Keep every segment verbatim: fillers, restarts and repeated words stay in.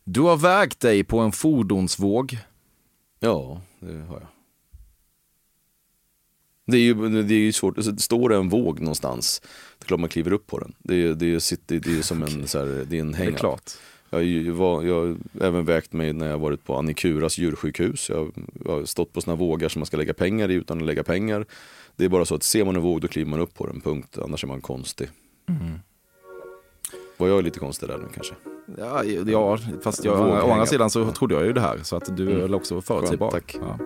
Du har vägt dig på en fordonsvåg. Ja, det har jag. Det är ju, det är ju svårt, alltså, det står en våg någonstans. Det är klart man kliver upp på den. Det är, det är, det är, det är som en, så här, det är en hang-up. Det är klart. Jag, jag, jag har även vägt mig när jag varit på Annikuras djursjukhus. Jag, jag har stått på såna vågar som man ska lägga pengar i utan att lägga pengar. Det är bara så att ser man en våg då kliver man upp på den, punkt. Annars är man konstig. Mm. Var jag lite konstig där nu kanske? Ja, ja fast jag, å andra sidan så trodde jag ju det här. Så att du mm. är också förutsägbar. Tack. Ja.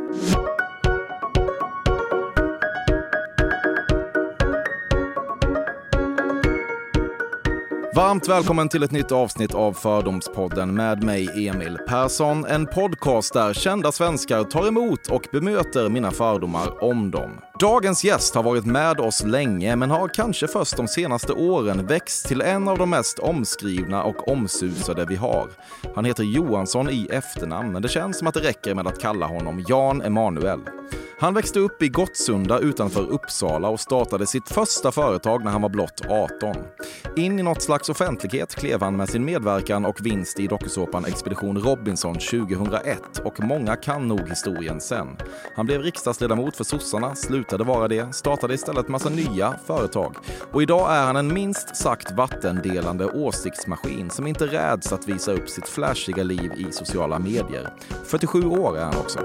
Varmt välkommen till ett nytt avsnitt av Fördomspodden med mig Emil Persson. En podcast där kända svenskar tar emot och bemöter mina fördomar om dem. Dagens gäst har varit med oss länge men har kanske först de senaste åren växt till en av de mest omskrivna och omsusade vi har. Han heter Johansson i efternamn men det känns som att det räcker med att kalla honom Jan Emanuel. Han växte upp i Gottsunda utanför Uppsala och startade sitt första företag när han var blott arton. In i något slags offentlighet klev han med sin medverkan och vinst i dokusåpan Expedition Robinson tjugohundraett och många kan nog historien sen. Han blev riksdagsledamot för sossarna, slutade vara det, startade istället massa nya företag. Och idag är han en minst sagt vattendelande åsiktsmaskin som inte räds att visa upp sitt flashiga liv i sociala medier. fyrtiosju år är han också.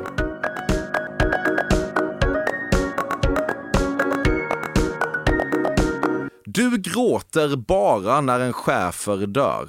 Du gråter bara när en schäfer dör.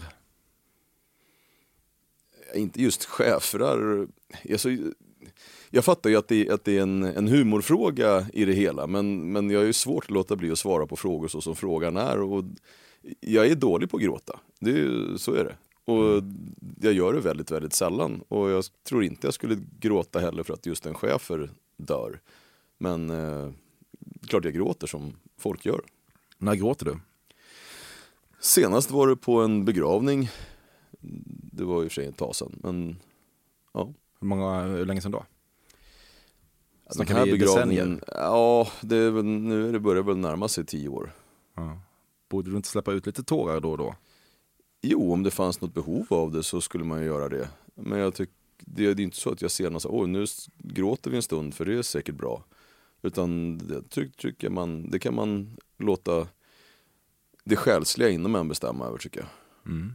Inte just schäfrar. Jag, så, jag fattar ju att det, att det är en, en humorfråga i det hela. Men, men jag är ju svårt att låta bli att svara på frågor så som frågan är. Och jag är dålig på att gråta. Det är, så är det. Och jag gör det väldigt, väldigt sällan. Och jag tror inte jag skulle gråta heller för att just en schäfer dör. Men eh, klart jag gråter som folk gör. När gråter du? Senast var det på en begravning. Det var i och för sig ett tag sedan. Men, ja. Hur många, hur länge sedan då? Den här begravningen, ja, det är väl, nu är det börjar väl närma sig tio år. Ja. Borde du inte släppa ut lite tårar då och då? Jo, om det fanns något behov av det så skulle man ju göra det. Men jag tycker, det är inte så att jag ser något så, oj, nu gråter vi en stund för det är säkert bra. Utan det tycker man, det kan man låta det själsliga inom en bestämma över, tycker jag. Mm.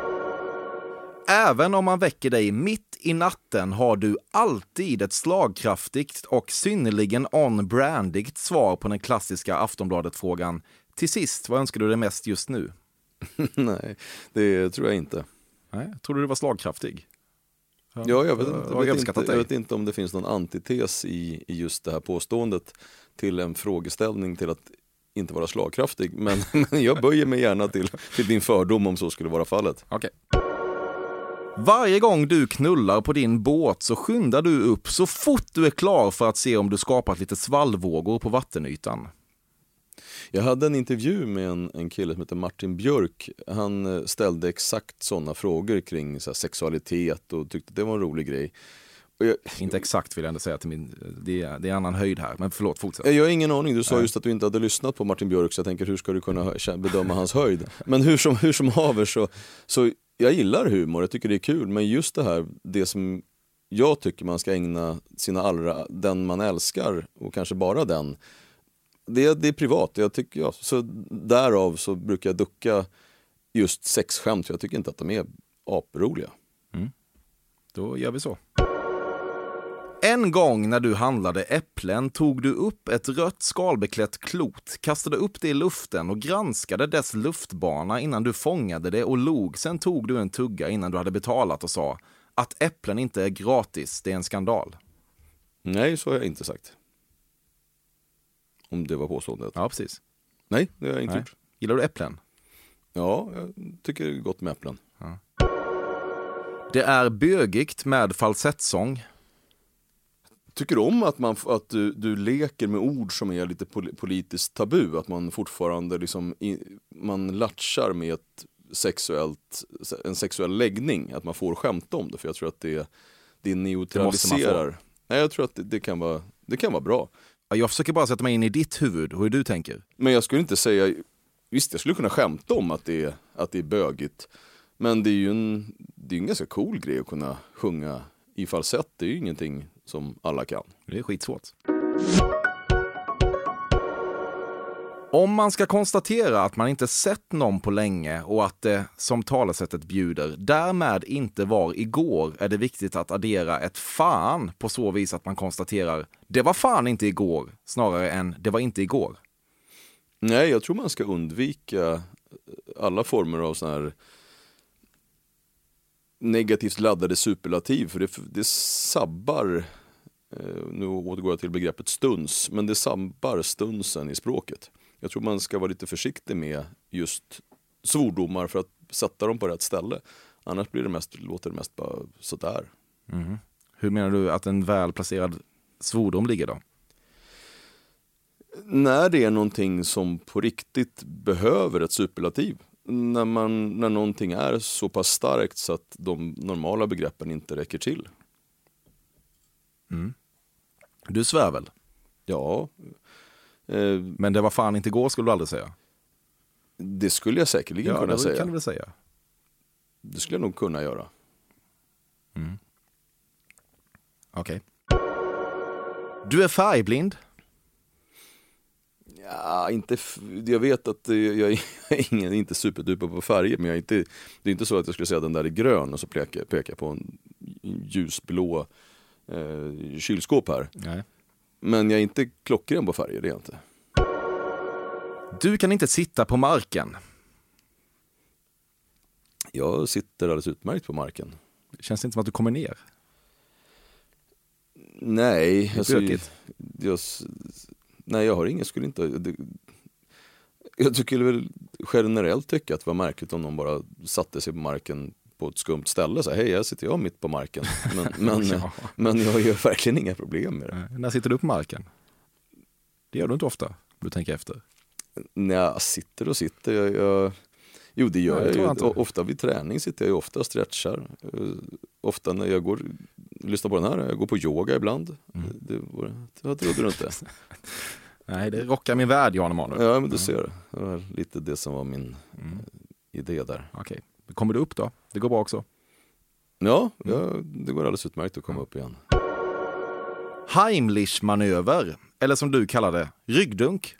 Även om man väcker dig mitt i natten har du alltid ett slagkraftigt och synnerligen on-brandigt svar på den klassiska Aftonbladet-frågan. Till sist, vad önskar du dig mest just nu? Nej, det tror jag inte. Nej, tror du du var slagkraftig? Ja, jag vet, inte, jag, vet inte, jag vet inte om det finns någon antites i, i just det här påståendet till en frågeställning till att inte vara slagkraftig. Men, men jag böjer mig gärna till, till din fördom om så skulle vara fallet. Okej. Varje gång du knullar på din båt så skyndar du upp så fort du är klar för att se om du skapat lite svallvågor på vattenytan. Jag hade en intervju med en, en kille som heter Martin Björk. Han ställde exakt sådana frågor kring så här, sexualitet och tyckte det var en rolig grej. Och jag, inte exakt vill jag ändå säga till min, det är, det är en annan höjd här, men förlåt, fortsätt. Jag har ingen aning, du sa äh. just att du inte hade lyssnat på Martin Björk så jag tänker hur ska du kunna bedöma hans höjd. Men hur som, hur som haver så, så jag gillar humor, jag tycker det är kul, men just det här, det som jag tycker man ska ägna sina allra, den man älskar och kanske bara den, Det, det är privat, jag tycker, ja, så därav så brukar jag ducka just sexskämt, jag tycker inte att de är aperoliga. Mm. Då gör vi så. En gång när du handlade äpplen tog du upp ett rött skalbeklätt klot, kastade upp det i luften och granskade dess luftbana innan du fångade det och log. Sen tog du en tugga innan du hade betalat och sa att äpplen inte är gratis, det är en skandal. Nej, så har jag inte sagt. Om det var påståendet. Ja, precis. Nej, det har jag inte Nej. gjort. Gillar du äpplen? Ja, jag tycker det är gott med äpplen. Ja. Det är bögigt med falsettsång. Tycker du om att, man, att du, du leker med ord som är lite pol- politiskt tabu? Att man fortfarande liksom, i, man latchar med ett sexuellt, en sexuell läggning? Att man får skämta om det? För jag tror att det, det neutraliserar. Det Nej, jag tror att det, det, kan vara, det kan vara bra. Jag försöker bara sätta mig in i ditt huvud, hur du tänker. Men jag skulle inte säga, visst jag skulle kunna skämta om att det är, att det är bögigt. Men det är ju en, det är en ganska cool grej att kunna sjunga i falsett. Det är ju ingenting som alla kan. Det är skitsvårt. Om man ska konstatera att man inte sett någon på länge och att det, som talesättet bjuder, därmed inte var igår, är det viktigt att addera ett fan på så vis att man konstaterar det var fan inte igår, snarare än det var inte igår. Nej, jag tror man ska undvika alla former av sån här negativt laddade superlativ, för det, det sabbar, eh, nu återgår jag till begreppet stuns, men det sabbar stunsen i språket. Jag tror man ska vara lite försiktig med just svordomar för att sätta dem på rätt ställe. Annars blir det mest, låter det mest bara sådär. Mm. Hur menar du att en välplacerad svordom ligger då? När det är någonting som på riktigt behöver ett superlativ. När, man, när någonting är så pass starkt så att de normala begreppen inte räcker till. Mm. Du svär väl? Ja. Eh, Men det var fan inte igår, skulle du aldrig säga? Det skulle jag säkerligen ja, kunna det säga. Kan du väl säga? Det skulle jag nog kunna göra. Mm. Okej. Okay. Du är färgblind? Ja, inte f- jag vet att jag är ingen, inte superduper på färger, men jag är inte, det är inte så att jag skulle säga att den där är grön och så pekar peka på en ljusblå eh, kylskåp här. Nej. Men jag är inte klockren på färger, det är jag inte. Du kan inte sitta på marken. Jag sitter alldeles utmärkt på marken. Känns det inte som att du kommer ner? Nej, alltså, jag, jag, nej, jag har ingen, skulle inte... Det, jag tycker väl generellt tycka att det var märkligt om någon bara satte sig på marken på ett skumt ställe. Så hej, jag sitter jag mitt på marken. Men, men, ja. men jag gör verkligen inga problem med det. Nej, när sitter du på marken? Det gör du inte ofta, du tänker efter. När jag sitter och sitter, jag... jag jo, det gör Nej, jag, jag ju. Ofta vid träning sitter jag ju ofta och stretchar. Ofta när jag går, lyssnar på den här, jag går på yoga ibland. Mm. Det, det, det trodde du inte. Nej, det rockar min värld, Jan Emanuel. Ja, men du ser. Det var lite det som var min mm. idé där. Okej. Kommer du upp då? Det går bra också? Ja, ja det går alldeles utmärkt att komma mm. upp igen. Heimlich-manöver, eller som du kallar det, ryggdunk.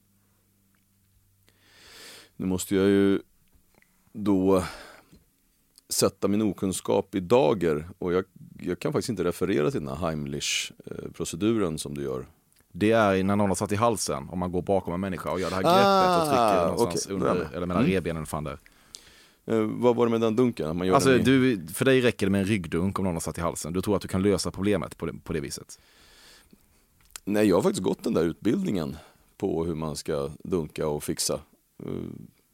Nu måste jag ju då sätta min okunskap i dager. Och jag, jag kan faktiskt inte referera till den här Heimlich-proceduren som du gör. Det är när någon har satt i halsen, om man går bakom en människa och gör det här greppet ah, och trycker någonstans okay. under, eller mellan mm. revbenen. Fan där. Eh, vad var det med den dunken? Man gör alltså, den i... du, för dig räcker det med en ryggdunk om någon har satt i halsen. Du tror att du kan lösa problemet på det, på det viset? Nej, jag har faktiskt gått den där utbildningen på hur man ska dunka och fixa. Uh,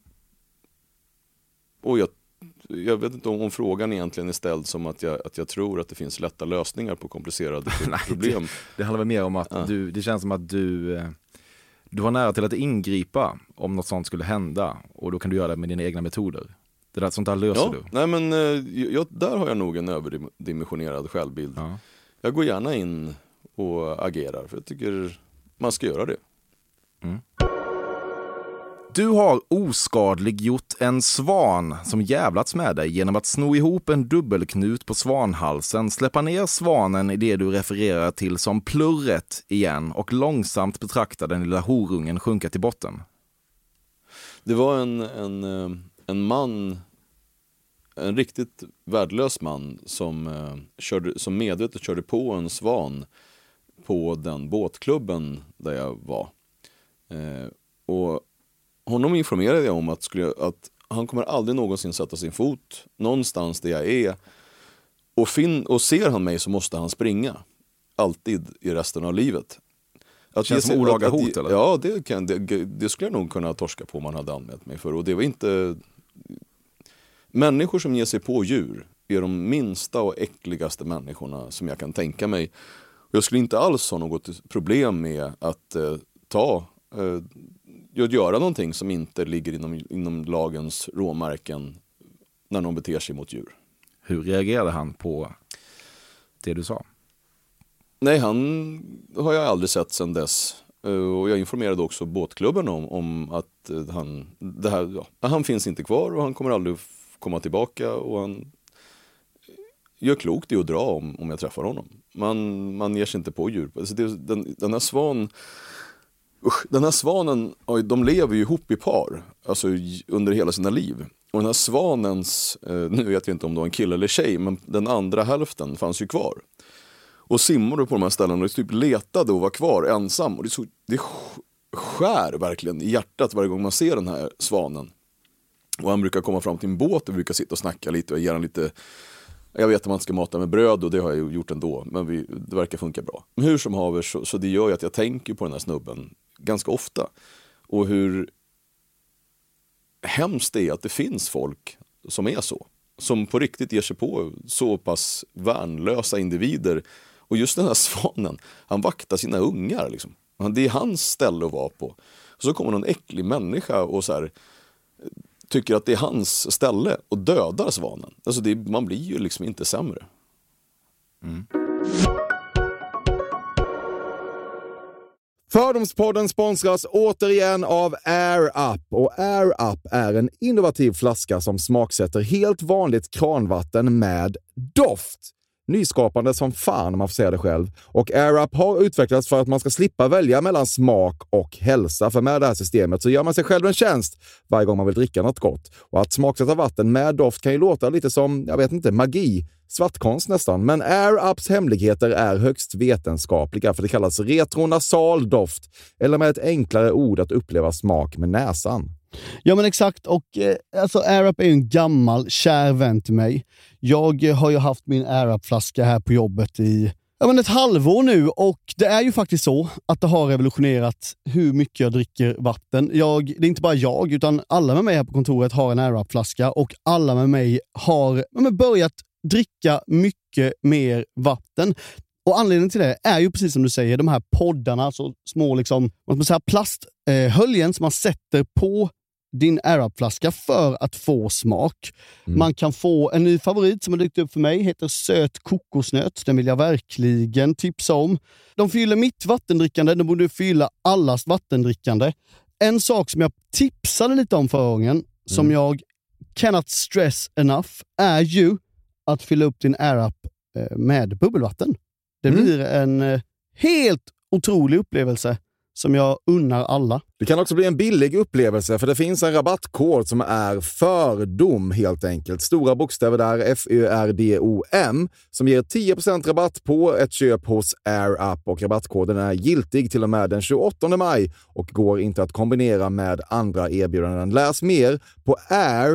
och jag, jag vet inte om, om frågan egentligen är ställd som att jag, att jag tror att det finns lätta lösningar på komplicerade Nej, problem. Det, det handlar väl mer om att ja. du, det känns som att du, du har nära till att ingripa om något sånt skulle hända. Och då kan du göra det med dina egna metoder. Det där, sånt där löser ja, du. Nej, men jag, där har jag nog en överdimensionerad självbild. Ja. Jag går gärna in och agerar, för jag tycker man ska göra det. Mm. Du har oskadliggjort en svan som jävlats med dig genom att sno ihop en dubbelknut på svanhalsen, släppa ner svanen i det du refererar till som plurret igen och långsamt betrakta den lilla horungen sjunka till botten. Det var en, en, en man, en riktigt värdelös man som, körde, som medvetet körde på en svan på den båtklubben där jag var. Eh, och honom informerade jag om att, skulle, att han kommer aldrig någonsin sätta sin fot någonstans där jag är. Och, fin, och ser han mig så måste han springa. Alltid i resten av livet. Att känns som olaga hot att, eller? Ja, det, kan, det, det skulle jag nog kunna torska på om man hade anmält mig för. Och det var inte... Människor som ger sig på djur är de minsta och äckligaste människorna som jag kan tänka mig. Jag skulle inte alls ha något problem med att eh, ta... Eh, göra någonting som inte ligger inom, inom lagens råmärken när någon beter sig mot djur. Hur reagerade han på det du sa? Nej, han har jag aldrig sett sedan dess. Och jag informerade också båtklubben om, om att han, det här, ja, han finns inte kvar och han kommer aldrig komma tillbaka, och han gör klokt i att dra om, om jag träffar honom. Man, man ger sig inte på djur. Alltså det, den, den här svan, usch, den här svanen, de lever ju ihop i par, alltså under hela sina liv. Och den här svanens, nu vet jag inte om det var en kille eller tjej, men den andra hälften fanns ju kvar. Och simmade på de här ställena och typ letade och var kvar ensam. Och det, så, det skär verkligen i hjärtat varje gång man ser den här svanen. Och han brukar komma fram till en båt och brukar sitta och snacka lite och ge han lite... Jag vet att man ska mata med bröd, och det har jag ju gjort ändå, men vi, det verkar funka bra. Men hur som haver, så, så det gör ju att jag tänker på den här snubben ganska ofta. Och hur hemskt det är att det finns folk som är så. Som på riktigt ger sig på så pass värnlösa individer. Och just den här svanen, han vaktar sina ungar liksom. Det är hans ställe att vara på. Och så kommer någon äcklig människa och så här, tycker att det är hans ställe och dödar svanen. Alltså det, man blir ju liksom inte sämre. Mm. Fördomspodden sponsras återigen av Air Up. Och Air Up är en innovativ flaska som smaksätter helt vanligt kranvatten med doft. Nyskapande som fan om man får säga det själv. Och Air Up har utvecklats för att man ska slippa välja mellan smak och hälsa. För med det här systemet så gör man sig själv en tjänst varje gång man vill dricka något gott. Och att smaksätta vatten med doft kan ju låta lite som, jag vet inte, magi. Svartkonst nästan. Men Air Ups hemligheter är högst vetenskapliga, för det kallas retronasal doft. Eller med ett enklare ord att uppleva smak med näsan. Ja men exakt, och eh, alltså Air Up är ju en gammal kär vän till mig. Jag eh, har ju haft min Air Up-flaska här på jobbet i ja, men ett halvår nu, och det är ju faktiskt så att det har revolutionerat hur mycket jag dricker vatten. Jag, det är inte bara jag, utan alla med mig här på kontoret har en Air Up-flaska, och alla med mig har ja, men börjat dricka mycket mer vatten. Och anledningen till det är ju precis som du säger, de här poddarna, alltså små liksom, vad ska man säga, plasthöljen eh, som man sätter på din Air Up-flaska för att få smak. Mm. Man kan få en ny favorit som har dykt upp för mig, heter söt kokosnöt. Den vill jag verkligen tipsa om. De fyller mitt vattendrickande, de borde fylla allas vattendrickande. En sak som jag tipsade lite om förra gången, mm. som jag cannot stress enough, är ju att fylla upp din Air Up med bubbelvatten. Det mm. blir en helt otrolig upplevelse som jag unnar alla. Det kan också bli en billig upplevelse, för det finns en rabattkod som är fördom helt enkelt. Stora bokstäver där, F Ö R D O M, som ger tio procent rabatt på ett köp hos Air Up, och rabattkoden är giltig till och med den tjugoåttonde maj och går inte att kombinera med andra erbjudanden. Läs mer på air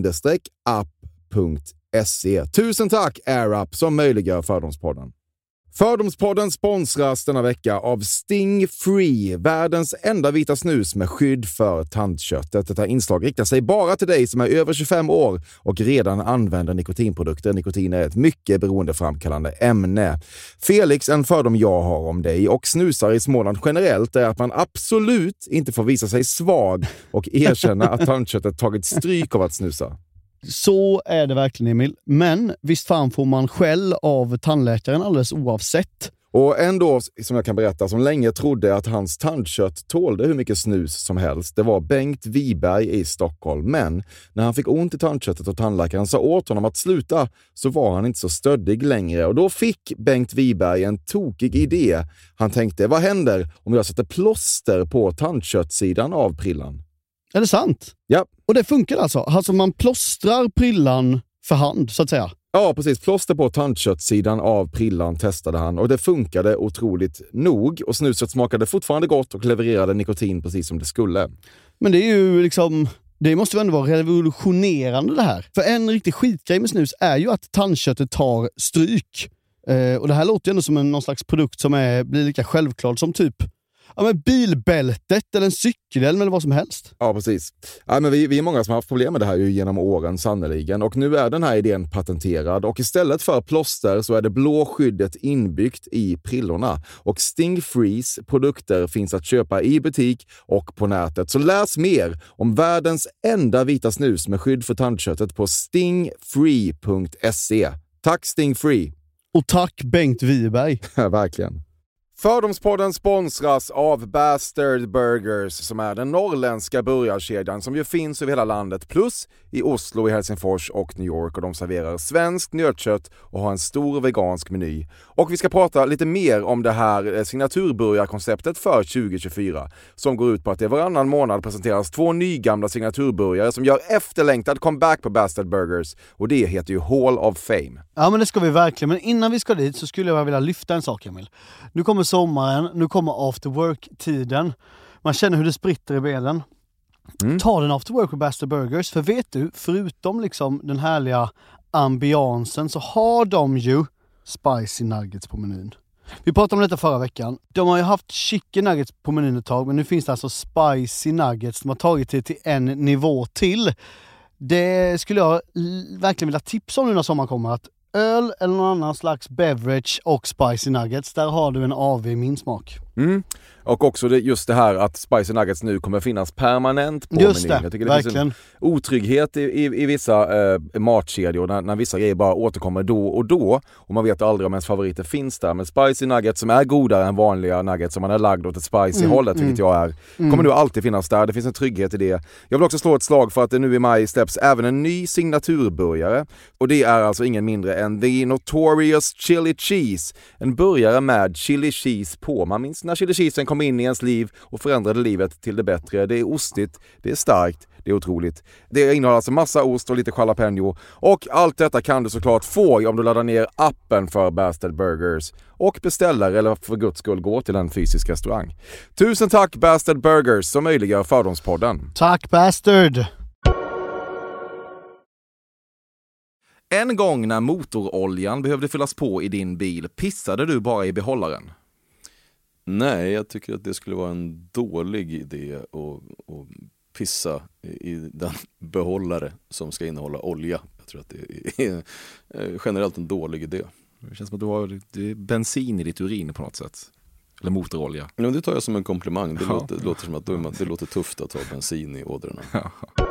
up punkt se. Tusen tack Air Up som möjliggör Fördomspodden. Fördomspodden sponsras denna vecka av Sting Free, världens enda vita snus med skydd för tandköttet. Detta inslag riktar sig bara till dig som är över tjugofem år och redan använder nikotinprodukter. Nikotin är ett mycket beroendeframkallande ämne. Felix, en fördom jag har om dig och snusar i Småland generellt är att man absolut inte får visa sig svag och erkänna att tandköttet tagit stryk av att snusa. Så är det verkligen, Emil. Men visst fan får man skäll av tandläkaren alldeles oavsett. Och ändå, som jag kan berätta, som länge trodde att hans tandkött tålde hur mycket snus som helst. Det var Bengt Wiberg i Stockholm. Men när han fick ont i tandköttet och tandläkaren sa åt honom att sluta, så var han inte så stöddig längre. Och då fick Bengt Wiberg en tokig idé. Han tänkte, vad händer om jag sätter plåster på tandköttsidan av prillan? Är det sant? Ja. Och det funkar alltså? Alltså man plåstrar prillan för hand, så att säga? Ja, precis. Plåster på tandköttsidan av prillan testade han och det funkade otroligt nog. Och snuset smakade fortfarande gott och levererade nikotin precis som det skulle. Men det är ju liksom... Det måste ju ändå vara revolutionerande det här. För en riktig skitgrej med snus är ju att tandköttet tar stryk. Eh, och det här låter ju ändå som en, någon slags produkt som är, blir lika självklart som typ ja, men bilbältet eller en cykelhjälm eller vad som helst. Ja, precis. Ja, men vi, vi är många som har haft problem med det här ju genom åren sannoliken. Och nu är den här idén patenterad. Och istället för plåster så är det blå skyddet inbyggt i prillorna. Och Sting Frees produkter finns att köpa i butik och på nätet. Så läs mer om världens enda vita snus med skydd för tandköttet på sting free punkt se. Tack Sting Free! Och tack Bengt Wiberg! Verkligen. Fördomspodden sponsras av Bastard Burgers som är den norrländska burgarkedjan som ju finns över hela landet plus i Oslo, i Helsingfors och New York, och de serverar svenskt nötkött och har en stor vegansk meny. Och vi ska prata lite mer om det här signaturburgarkonceptet för tjugo tjugofyra som går ut på att det varannan månad presenteras två nygamla signaturburgare som gör efterlängtad comeback på Bastard Burgers, och det heter ju Hall of Fame. Ja, men det ska vi verkligen. Men innan vi ska dit så skulle jag vilja lyfta en sak, Emil. Nu kommer sommaren, nu kommer after work-tiden. Man känner hur det spritter i benen. Mm. Ta den after work på Bastard Burgers. För vet du, förutom liksom den härliga ambiansen så har de ju spicy nuggets på menyn. Vi pratade om detta förra veckan. De har ju haft chicken nuggets på menyn ett tag, men nu finns det alltså spicy nuggets. De har tagit det till en nivå till. Det skulle jag verkligen vilja tipsa om nu när sommaren kommer, att öl eller någon annan slags beverage och spicy nuggets, där har du en A V i min smak. Mm. Och också det, just det här att spicy nuggets nu kommer finnas permanent på just menyn. Det, jag tycker det verkligen. finns en otrygghet i, i, i vissa eh, matkedjor när, när vissa grejer bara återkommer då och då och man vet aldrig om ens favoriter finns där. Men spicy nuggets som är godare än vanliga nuggets som man är lagd åt ett spicy mm, hållet, vilket mm. jag är, kommer mm. nu alltid finnas där. Det finns en trygghet i det. Jag vill också slå ett slag för att det nu i maj släpps även en ny signaturburgare, och det är alltså ingen mindre än The Notorious Chili Cheese. En burgare med chili cheese på. Man minns när chili cheesen kom in i ens liv och förändrade livet till det bättre. Det är ostigt, det är starkt, det är otroligt. Det innehåller alltså massa ost och lite jalapeno. Och allt detta kan du såklart få om du laddar ner appen för Bastard Burgers och beställer, eller för guds skull gå till en fysisk restaurang. Tusen tack Bastard Burgers som möjliggör Fördomspodden. Tack Bastard! En gång när motoroljan behövde fyllas på i din bil, pissade du bara i behållaren? Nej, jag tycker att det skulle vara en dålig idé att, att pissa i den behållare som ska innehålla olja. Jag tror att det är generellt en dålig idé. Det känns som att du har det är bensin i ditt urin på något sätt. Eller motorolja. Ja, det tar jag som en komplimang. Det, ja. låter, det låter som att det, det låter tufft att ha bensin i ådrorna. Ja.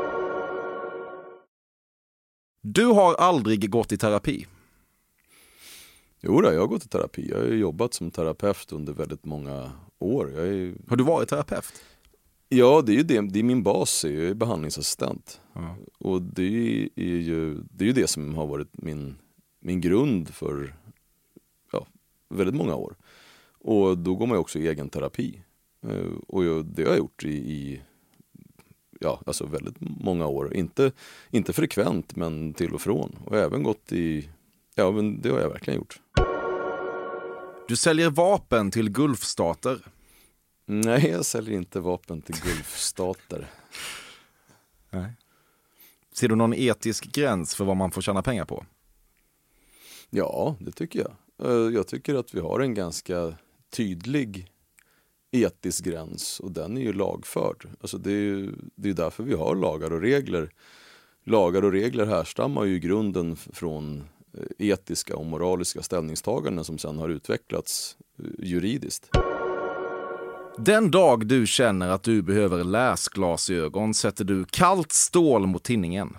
Du har aldrig gått i terapi? Jo då, jag har gått i terapi. Jag har jobbat som terapeut under väldigt många år. Jag är... Har du varit terapeut? Ja, det är ju det, det är min bas. Jag är behandlingsassistent. Ja. Och det är ju det, är ju det som har varit min, min grund för ja, väldigt många år. Och då går man ju också i egen terapi. Och jag, det har jag gjort i, i ja, alltså väldigt många år. Inte, inte frekvent, men till och från. Och även gått i... Ja, men det har jag verkligen gjort. Du säljer vapen till Gulfstater? Nej, jag säljer inte vapen till Gulfstater. Nej. Ser du någon etisk gräns för vad man får tjäna pengar på? Ja, det tycker jag. Jag tycker att vi har en ganska tydlig etisk gräns, och den är ju lagförd. Alltså det är ju det är därför vi har lagar och regler. Lagar och regler härstammar ju i grunden från etiska och moraliska ställningstaganden som sedan har utvecklats juridiskt. Den dag du känner att du behöver läsglasögon sätter du kallt stål mot tinningen?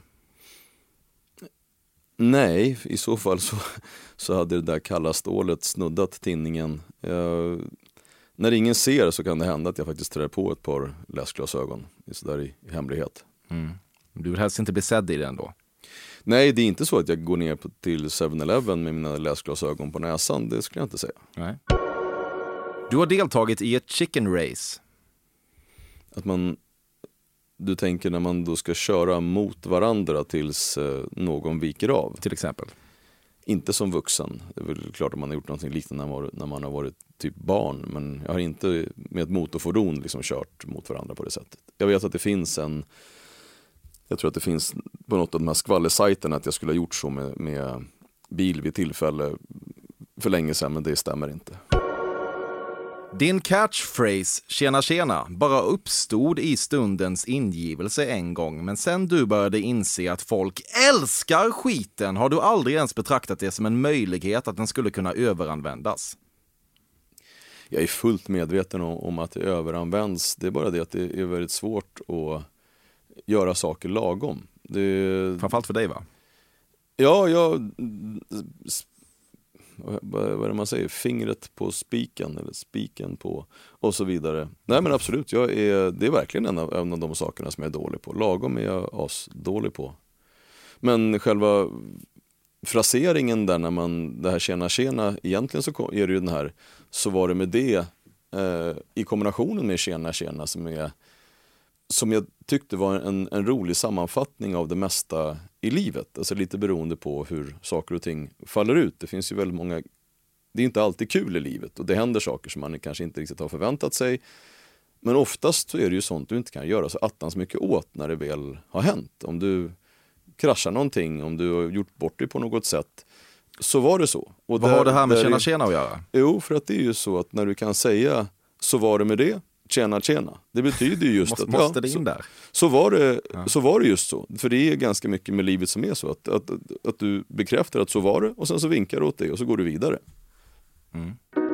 Nej, i så fall så, så hade det där kalla stålet snuddat tinningen. Jag, när ingen ser så kan det hända att jag faktiskt trär på ett par läsglasögon så där i, i hemlighet. Mm. Du vill helst inte bli sedd i den då? Nej, det är inte så att jag går ner på, till seven eleven med mina läsglasögon på näsan. Det skulle jag inte säga. Nej. Du har deltagit i ett chicken race. Att man... Du tänker när man då ska köra mot varandra tills eh, någon viker av. Till exempel? Inte som vuxen. Det är väl klart att man har gjort något liknande när man, var, när man har varit typ barn. Men jag har inte med ett motorfordon liksom kört mot varandra på det sättet. Jag vet att det finns en... Jag tror att det finns på något av de här skvallersajterna att jag skulle ha gjort så med, med bil vid tillfälle för länge sedan, men det stämmer inte. Din catchphrase tjena tjena bara uppstod i stundens ingivelse en gång, men sen du började inse att folk älskar skiten har du aldrig ens betraktat det som en möjlighet att den skulle kunna överanvändas. Jag är fullt medveten om, om att det överanvänds. Det är bara det att det är väldigt svårt att göra saker lagom. Det... Framförallt för dig, va? Ja, jag... vad är det man säger, fingret på spiken eller spiken på och så vidare. Nej men absolut, jag är, det är verkligen en av, en av de sakerna som jag är dålig på. Lagom är jag as dålig på. Men själva fraseringen där när man, det här tjena tjena, egentligen så är det ju den här, så var det med det eh, i kombinationen med tjena tjena som är som jag tyckte var en, en rolig sammanfattning av det mesta i livet. Alltså lite beroende på hur saker och ting faller ut. Det finns ju väldigt många, det är inte alltid kul i livet och det händer saker som man kanske inte riktigt har förväntat sig. Men oftast så är det ju sånt du inte kan göra så attans mycket åt när det väl har hänt. Om du kraschar någonting, om du har gjort bort dig på något sätt, så var det så. Och Vad där, har det här med tjena är, tjena att göra? Jo, för att det är ju så att när du kan säga så var det med det, tjena tjena. Det betyder ju just måste, att måste ja, det in så, där? så, var det, Ja. så var det just så. För det är ganska mycket med livet som är så. Att, att, att du bekräftar att så var det och sen så vinkar du åt det och så går du vidare. Mm.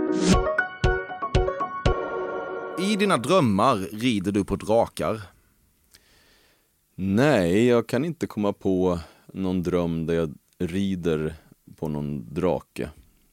I dina drömmar rider du på drakar? Nej, jag kan inte komma på någon dröm där jag rider på någon drake.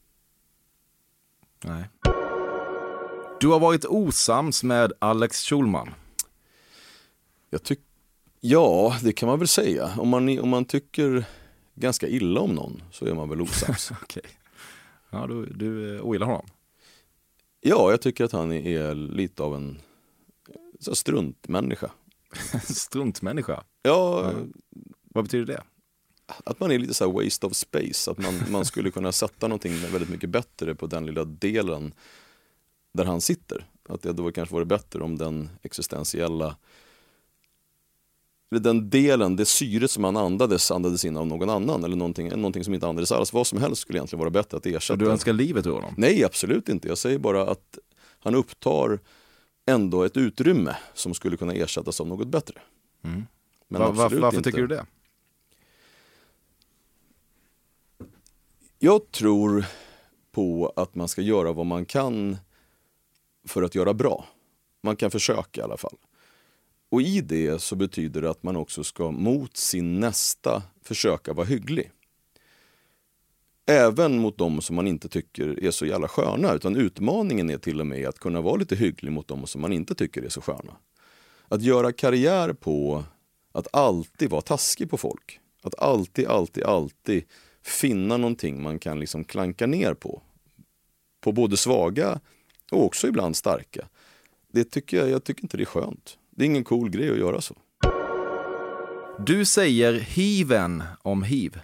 Nej. Du har varit osams med Alex Schulman. Jag tyck- ja, det kan man väl säga. Om man, om man tycker ganska illa om någon så är man väl osams. Okej. Ja, du, du ogillar honom? Ja, jag tycker att han är lite av en så struntmänniska. Struntmänniska? Ja, Ja. Vad betyder det? att man är lite så här waste of space. Att man, man skulle kunna sätta någonting väldigt mycket bättre på den lilla delen där han sitter. Att det då kanske vore bättre om den existentiella, eller den delen, det syret som han andades, andades in av någon annan. Eller någonting, någonting som inte andades alls. Vad som helst skulle egentligen vara bättre att ersätta. Så du önskar livet ur honom? Nej, absolut inte. Jag säger bara att han upptar ändå ett utrymme som skulle kunna ersättas av något bättre. Mm. Men Va, absolut varför varför inte. tycker du det? Jag tror på att man ska göra vad man kan för att göra bra. Man kan försöka i alla fall. Och i det så betyder det att man också ska mot sin nästa försöka vara hygglig. Även mot dem som man inte tycker är så jävla sköna. Utan utmaningen är till och med att kunna vara lite hygglig mot dem som man inte tycker är så sköna. Att göra karriär på att alltid vara taskig på folk. Att alltid, alltid, alltid finna någonting man kan liksom klanka ner på. På både svaga och också ibland starka. Det tycker jag, jag tycker inte det är skönt. Det är ingen cool grej att göra så. Du säger hiven om hiv.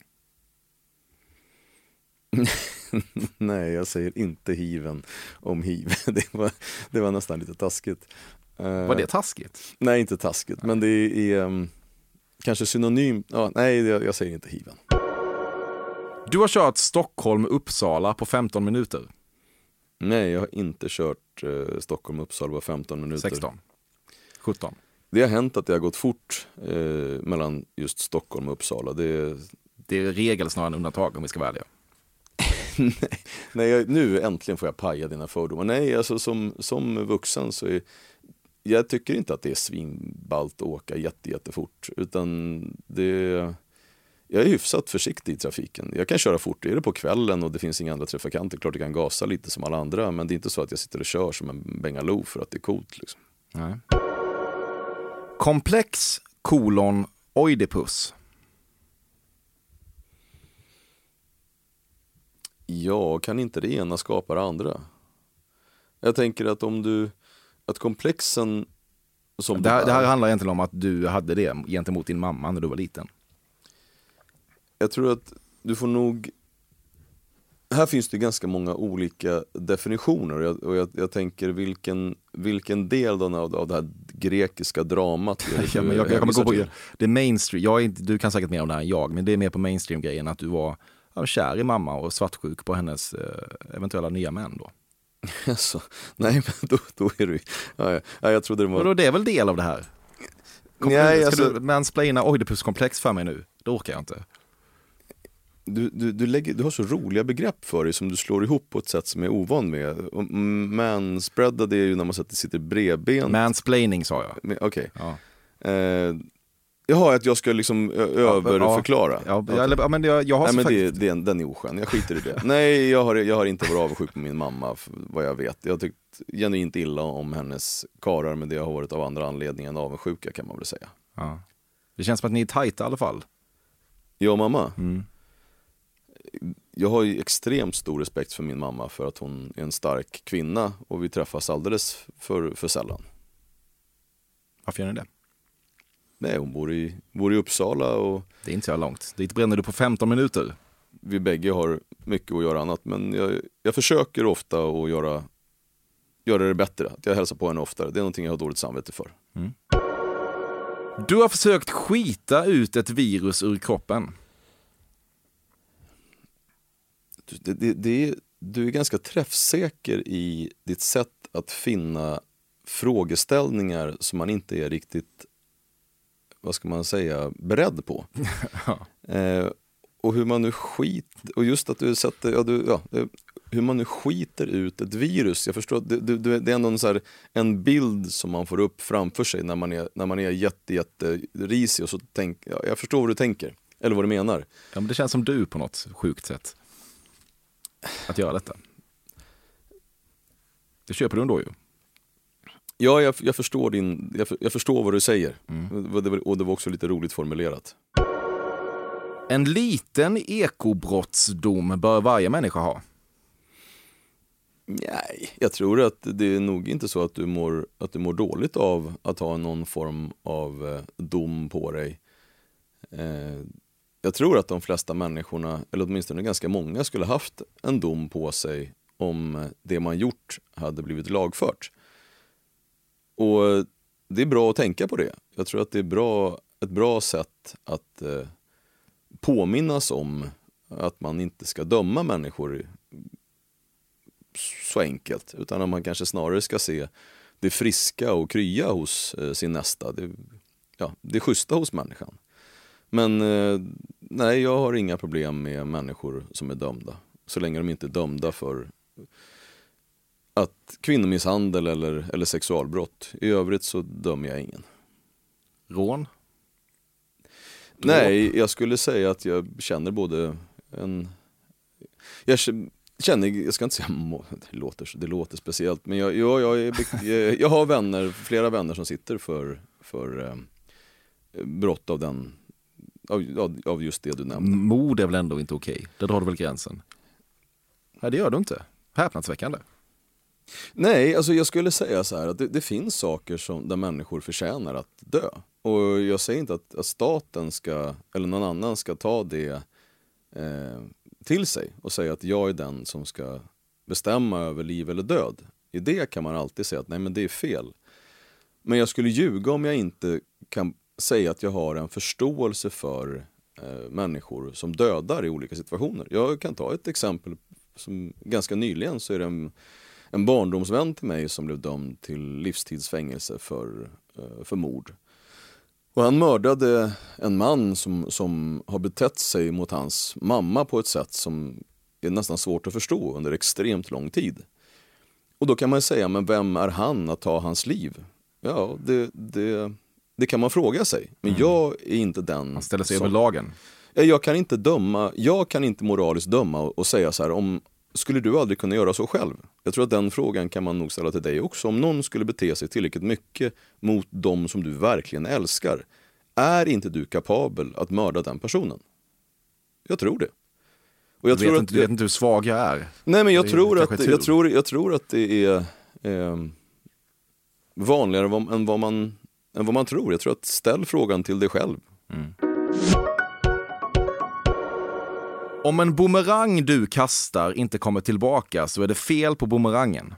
Nej, jag säger inte hiven om hiv. Det var, det var nästan lite taskigt. Var det taskigt? Nej, inte taskigt. Men det är um, kanske synonym. Ja, nej, jag, jag säger inte hiven. Du har kört Stockholm-Uppsala på femton minuter. Nej, jag har inte kört uh, Stockholm-Uppsala på femton minuter. sexton. sjutton. Det har hänt att det har gått fort uh, mellan just Stockholm och Uppsala. Det, Det är regel snarare än undantag om vi ska välja. nej, nej jag, nu äntligen får jag paja dina fördomar. Nej, alltså som, som vuxen så är jag tycker inte att det är svinballt att åka jätte, jättefort. Utan det, jag är hyfsat försiktig i trafiken. Jag kan köra fort, är det på kvällen och det finns inga andra trafikanter. Klart jag kan gasa lite som alla andra. Men det är inte så att jag sitter och kör som en bengaloo för att det är coolt. Liksom. Nej. Komplex kolon Oidipus. Ja, kan inte det ena skapa det andra? Jag tänker att om du, att komplexen som Det här, du det här är, handlar egentligen om att du hade det gentemot din mamma när du var liten. jag tror att du får nog, här finns det ganska många olika definitioner och jag, och jag, jag tänker vilken, vilken del då av, av det här grekiska dramat är det Ja, men jag, jag kommer hänvisar gå på till? det är mainstream. Jag är inte, du kan säkert mer om det här än jag, men det är mer på mainstream-grejen att du var ja, kär i mamma och svartsjuk på hennes eh, eventuella nya män då. Alltså, nej, men då, då är du, ja, ja, jag trodde det var... Och då det är väl del av det här? Kom, Nej, ska alltså- du mansplaina Oidipus-komplex för mig nu? Det orkar jag inte. Du, du, du, lägger, du har så roliga begrepp för dig som du slår ihop på ett sätt som jag är ovan med. Och manspreadad är ju när man sitter bredbent. Mansplaining sa jag. Men, Okej. Ja. Eh, Jaha, att jag ska liksom ö- överförklara. Ja, ja, eller, ja, men jag, jag har Nej, men faktiskt... det, det, den är oskön, jag skiter i det. Nej, jag har, jag har inte varit avundsjuk på min mamma, vad jag vet. Jag har tyckt genuint illa om hennes karar, men det har varit av andra anledningar än avundsjuka, kan man väl säga. Ja. Det känns som att ni är tajta i alla fall. Jag och mamma? Mm. Jag har ju extremt stor respekt för min mamma, för att hon är en stark kvinna, och vi träffas alldeles för, för sällan. Varför gör ni det? Nej, hon bor i, bor i Uppsala, och Det är inte så långt. Dit bränner du på femton minuter. vi bägge har mycket att göra annat. Men jag, jag försöker ofta att göra, göra det bättre. Att jag hälsar på henne oftare. Det är någonting jag har dåligt samvete för. Mm. Du har försökt skita ut ett virus ur kroppen. Det, det, det är, du är ganska träffsäker i ditt sätt att finna frågeställningar som man inte är riktigt, vad ska man säga, beredd på. Ja. Eh, och hur man nu skit och just att du sätter, ja, du, ja, hur man nu skiter ut ett virus. Jag förstår, det, det, det är ändå en, så här, en bild som man får upp framför sig när man är, när man är jätte, jätte risig, och så tänk, ja, jag förstår vad du tänker, eller vad du menar. Ja, men det känns som du på något sjukt sätt att göra detta. Det köper du ändå ju. Ja, jag, jag, förstår din, jag, jag förstår vad du säger. Mm. Och, det, och det var också lite roligt formulerat. En liten ekobrottsdom bör varje människa ha. Nej, jag tror att det är nog inte så att du mår, att du mår dåligt av att ha någon form av eh, dom på dig. Eh, jag tror att de flesta människorna, eller åtminstone ganska många, skulle haft en dom på sig om det man gjort hade blivit lagfört. Och det är bra att tänka på det. Jag tror att det är bra, ett bra sätt att eh, påminnas om att man inte ska döma människor så enkelt, utan att man kanske snarare ska se det friska och krya hos eh, sin nästa, det, ja, det schyssta hos människan. Men eh, nej, jag har inga problem med människor som är dömda, så länge de inte är dömda för att kvinnomisshandel eller, eller sexualbrott. I övrigt så dömer jag ingen. Rån? Nej, jag skulle säga att jag känner både en... Jag känner, jag ska inte säga, det låter, det låter speciellt, men jag, jag, jag, är, jag har vänner, flera vänner som sitter för, för eh, brott av, den, av, av just det du nämnde. Mord är väl ändå inte okej? Där drar du väl gränsen? Nej, det gör du inte. Häpnadsväckande. Nej, alltså jag skulle säga så här att det, det finns saker som, där människor förtjänar att dö. Och jag säger inte att, att staten ska, eller någon annan ska ta det eh, till sig och säga att jag är den som ska bestämma över liv eller död. I det kan man alltid säga att nej, men det är fel. Men jag skulle ljuga om jag inte kan säga att jag har en förståelse för eh, människor som dödar i olika situationer. Jag kan ta ett exempel som ganska nyligen, så är det en En barndomsvän till mig som blev dömd till livstidsfängelse för, för mord. Och han mördade en man som, som har betett sig mot hans mamma på ett sätt som är nästan svårt att förstå under extremt lång tid. Och då kan man säga, men vem är han att ta hans liv? Ja, det, det, det kan man fråga sig. Men mm. jag är inte den. Han ställer sig som, över lagen. Jag kan inte döma, jag kan inte moraliskt döma och, och säga så här, om skulle du aldrig kunna göra så själv? Jag tror att den frågan kan man nog ställa till dig också. Om någon skulle bete sig tillräckligt mycket mot dem som du verkligen älskar, är inte du kapabel att mörda den personen? Jag tror det. Och jag du, tror vet att inte, du vet inte hur svag jag är. Nej, men jag, det tror är att, jag, tror, jag tror att det är eh, vanligare än vad, än, vad man, än vad man tror. Jag tror att ställ frågan till dig själv. Mm. Om en boomerang du kastar inte kommer tillbaka, så är det fel på boomerangen.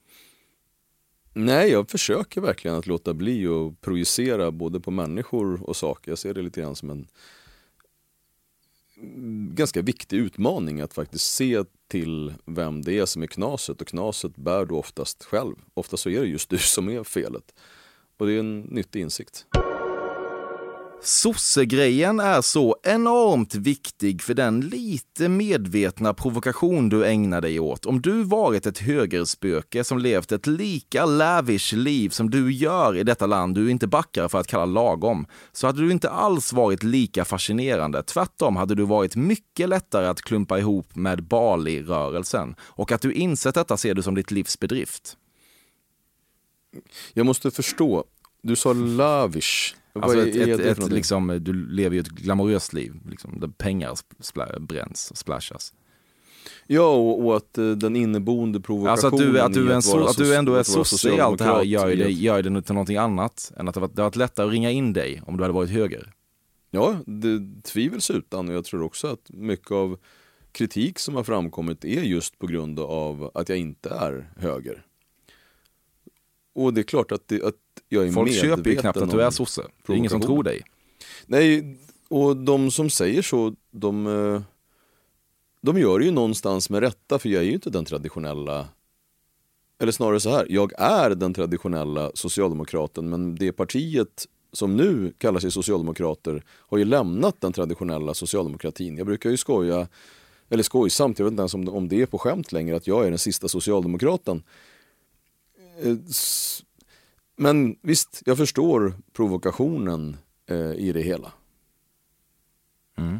Nej, jag försöker verkligen att låta bli och projicera både på människor och saker. Jag ser det lite grann som en ganska viktig utmaning att faktiskt se till vem det är som är knaset. Och knaset bär du oftast själv. Ofta så är det just du som är felet. Och det är en nyttig insikt. Sossegrejen är så enormt viktig för den lite medvetna provokation du ägnar dig åt. Om du varit ett högerspöke som levt ett lika lavish liv som du gör i detta land du inte backar för att kalla lagom, så hade du inte alls varit lika fascinerande. Tvärtom hade du varit mycket lättare att klumpa ihop med Bali-rörelsen. Och att du insett detta ser du som ditt livs bedrift. Jag måste förstå, du sa lavish. Alltså Vad ett, är ett, det ett, för liksom, du lever ju ett glamoröst liv liksom, där pengar spla, bränns och splashas. Ja, och, och att uh, den inneboende provokationen alltså att du, att du, i en att, so, vara att du ändå är so- sosse i allt det här gör ju det, ett... gör det till någonting annat än att det var, det var lättare att ringa in dig om du hade varit höger. Ja, det tvivelsutan, och jag tror också att mycket av kritik som har framkommit är just på grund av att jag inte är höger. Och det är klart att, det, att jag är Folk medveten köper ju knappt att du är sosse. Det är ingen som tror dig. Nej, och de som säger så, de, de gör det ju någonstans med rätta, för jag är ju inte den traditionella, eller snarare så här, jag är den traditionella socialdemokraten, men det partiet som nu kallar sig socialdemokrater har ju lämnat den traditionella socialdemokratin. Jag brukar ju skoja, eller skojsamt, jag vet inte ens om, om det är på skämt längre, att jag är den sista socialdemokraten. Men visst, jag förstår provokationen eh, i det hela. Mm.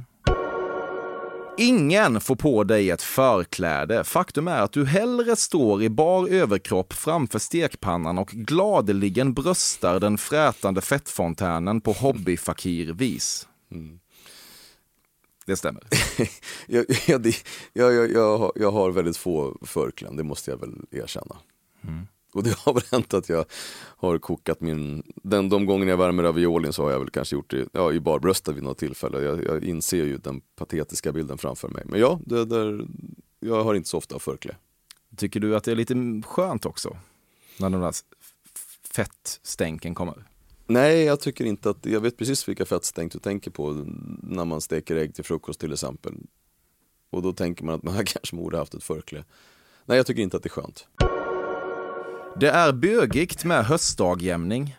Ingen får på dig ett förkläde. Faktum är att du hellre står i bar överkropp framför stekpannan och gladeligen bröstar den frätande fettfontänen på hobbyfakirvis. Mm. Det stämmer. jag, jag, jag, jag, jag, jag har väldigt få förkläden, det måste jag väl erkänna. Mm. Och det har väl hänt att jag har kokat min... Den, de gånger jag värmer raviolin så har jag väl kanske gjort det ja, i barbröstet vid något tillfälle. Jag, jag inser ju den patetiska bilden framför mig. Men ja, det där, jag har inte så ofta förklä. Tycker du att det är lite skönt också? När de där fettstänken kommer? Nej, jag tycker inte att... Jag vet precis vilka fettstänk du tänker på när man steker ägg till frukost till exempel. Och då tänker man att man kanske borde haft ett förklä. Nej, jag tycker inte att det är skönt. Det är bögigt med höstdagjämning.